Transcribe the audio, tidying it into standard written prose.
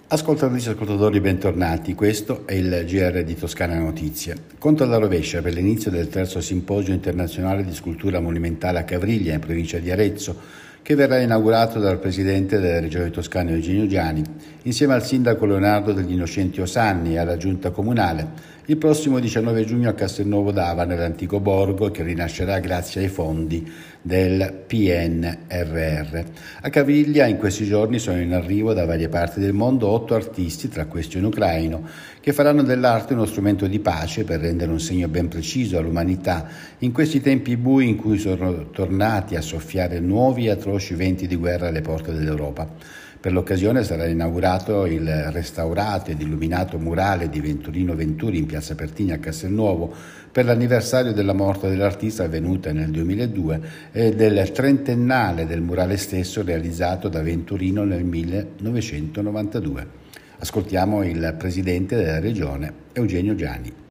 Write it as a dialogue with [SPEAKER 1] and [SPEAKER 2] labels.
[SPEAKER 1] Ascoltatrici e ascoltatori, bentornati. Questo è il GR di Toscana Notizie. Conto alla rovescia per l'inizio del terzo simposio internazionale di scultura monumentale a Cavriglia, in provincia di Arezzo, che verrà inaugurato dal presidente della Regione Toscana Eugenio Giani, insieme al sindaco Leonardo degli Innocenti Osanni e alla giunta comunale, il prossimo 19 giugno a Castelnuovo d'Ava, nell'antico borgo che rinascerà grazie ai fondi del PNRR. A Caviglia in questi giorni sono in arrivo da varie parti del mondo 8 artisti, tra questi un ucraino, che faranno dell'arte uno strumento di pace per rendere un segno ben preciso all'umanità in questi tempi bui in cui sono tornati a soffiare nuovi e atroci venti di guerra alle porte dell'Europa. Per l'occasione sarà inaugurato il restaurato ed illuminato murale di Venturino Venturi in piazza Pertini a Castelnuovo per l'anniversario della morte dell'artista avvenuta nel 2002 e del trentennale del murale stesso realizzato da Venturino nel 1992. Ascoltiamo il presidente della regione, Eugenio Giani.